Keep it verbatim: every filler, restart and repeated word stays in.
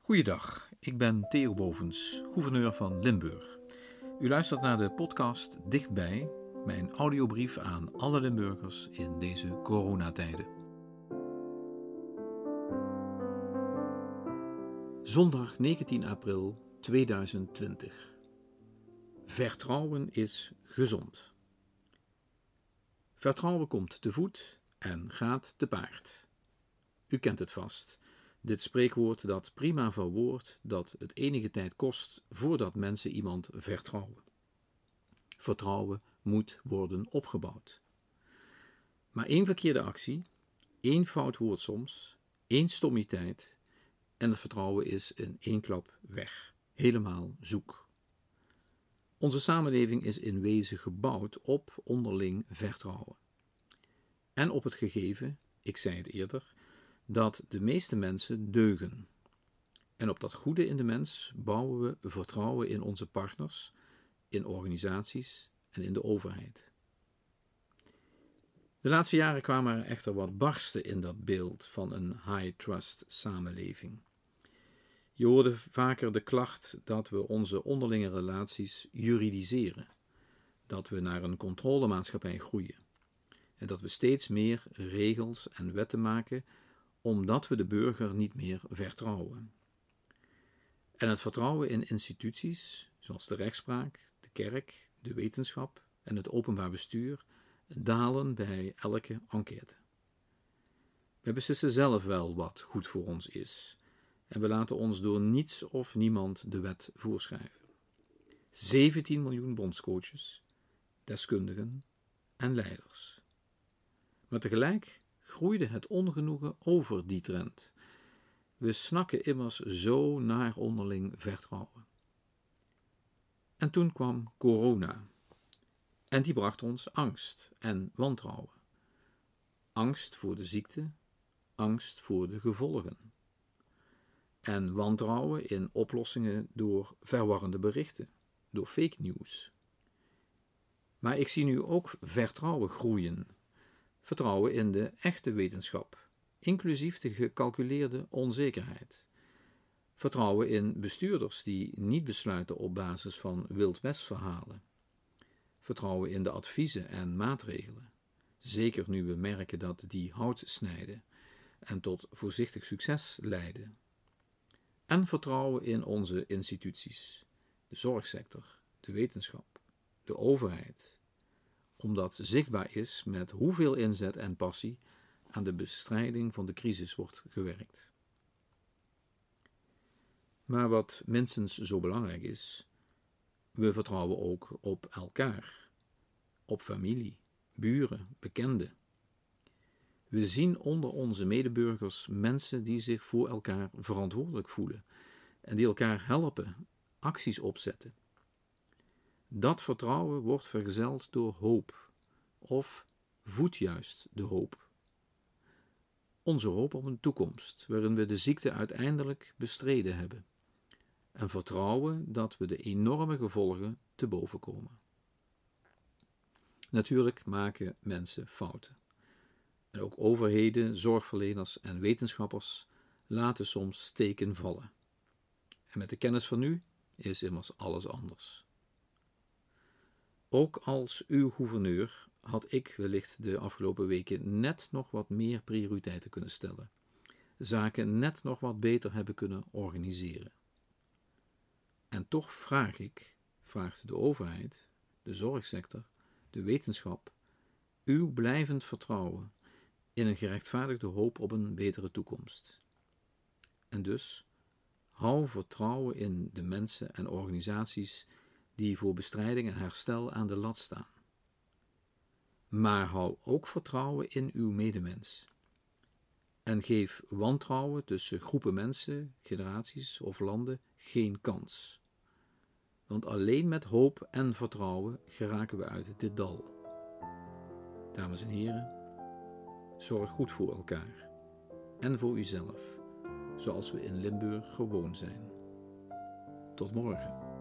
Goeiedag, ik ben Theo Bovens, gouverneur van Limburg. U luistert naar de podcast Dichtbij, mijn audiobrief aan alle Limburgers in deze coronatijden. Zondag negentien april tweeduizend twintig. Vertrouwen is gezond. Vertrouwen komt te voet en gaat te paard. U kent het vast. Dit spreekwoord dat prima verwoordt dat het enige tijd kost voordat mensen iemand vertrouwen. Vertrouwen moet worden opgebouwd. Maar één verkeerde actie, één fout woord soms, één stommiteit en het vertrouwen is in één klap weg, helemaal zoek. Onze samenleving is in wezen gebouwd op onderling vertrouwen. En op het gegeven, ik zei het eerder, dat de meeste mensen deugen. En op dat goede in de mens bouwen we vertrouwen in onze partners, in organisaties en in de overheid. De laatste jaren kwamen er echter wat barsten in dat beeld van een high-trust samenleving. Je hoorde vaker de klacht dat we onze onderlinge relaties juridiseren, dat we naar een controlemaatschappij groeien en dat we steeds meer regels en wetten maken omdat we de burger niet meer vertrouwen. En het vertrouwen in instituties, zoals de rechtspraak, de kerk, de wetenschap en het openbaar bestuur, dalen bij elke enquête. We beslissen zelf wel wat goed voor ons is, en we laten ons door niets of niemand de wet voorschrijven. zeventien miljoen bondscoaches, deskundigen en leiders. Maar tegelijk groeide het ongenoegen over die trend. We snakken immers zo naar onderling vertrouwen. En toen kwam corona. En die bracht ons angst en wantrouwen. Angst voor de ziekte, angst voor de gevolgen. En wantrouwen in oplossingen door verwarrende berichten, door fake news. Maar ik zie nu ook vertrouwen groeien. Vertrouwen in de echte wetenschap, inclusief de gecalculeerde onzekerheid. Vertrouwen in bestuurders die niet besluiten op basis van Wild West-verhalen. Vertrouwen in de adviezen en maatregelen, zeker nu we merken dat die hout snijden en tot voorzichtig succes leiden. En vertrouwen in onze instituties, de zorgsector, de wetenschap, de overheid, omdat zichtbaar is met hoeveel inzet en passie aan de bestrijding van de crisis wordt gewerkt. Maar wat minstens zo belangrijk is, we vertrouwen ook op elkaar, op familie, buren, bekenden. We zien onder onze medeburgers mensen die zich voor elkaar verantwoordelijk voelen en die elkaar helpen, acties opzetten. Dat vertrouwen wordt vergezeld door hoop, of voedt juist de hoop. Onze hoop op een toekomst, waarin we de ziekte uiteindelijk bestreden hebben, en vertrouwen dat we de enorme gevolgen te boven komen. Natuurlijk maken mensen fouten. En ook overheden, zorgverleners en wetenschappers laten soms steken vallen. En met de kennis van nu is immers alles anders. Ook als uw gouverneur had ik wellicht de afgelopen weken net nog wat meer prioriteiten kunnen stellen. Zaken net nog wat beter hebben kunnen organiseren. En toch vraag ik, vraagt de overheid, de zorgsector, de wetenschap, uw blijvend vertrouwen in een gerechtvaardigde hoop op een betere toekomst. En dus, hou vertrouwen in de mensen en organisaties die voor bestrijding en herstel aan de lat staan. Maar hou ook vertrouwen in uw medemens. En geef wantrouwen tussen groepen mensen, generaties of landen geen kans. Want alleen met hoop en vertrouwen geraken we uit dit dal. Dames en heren, zorg goed voor elkaar en voor uzelf, zoals we in Limburg gewoon zijn. Tot morgen.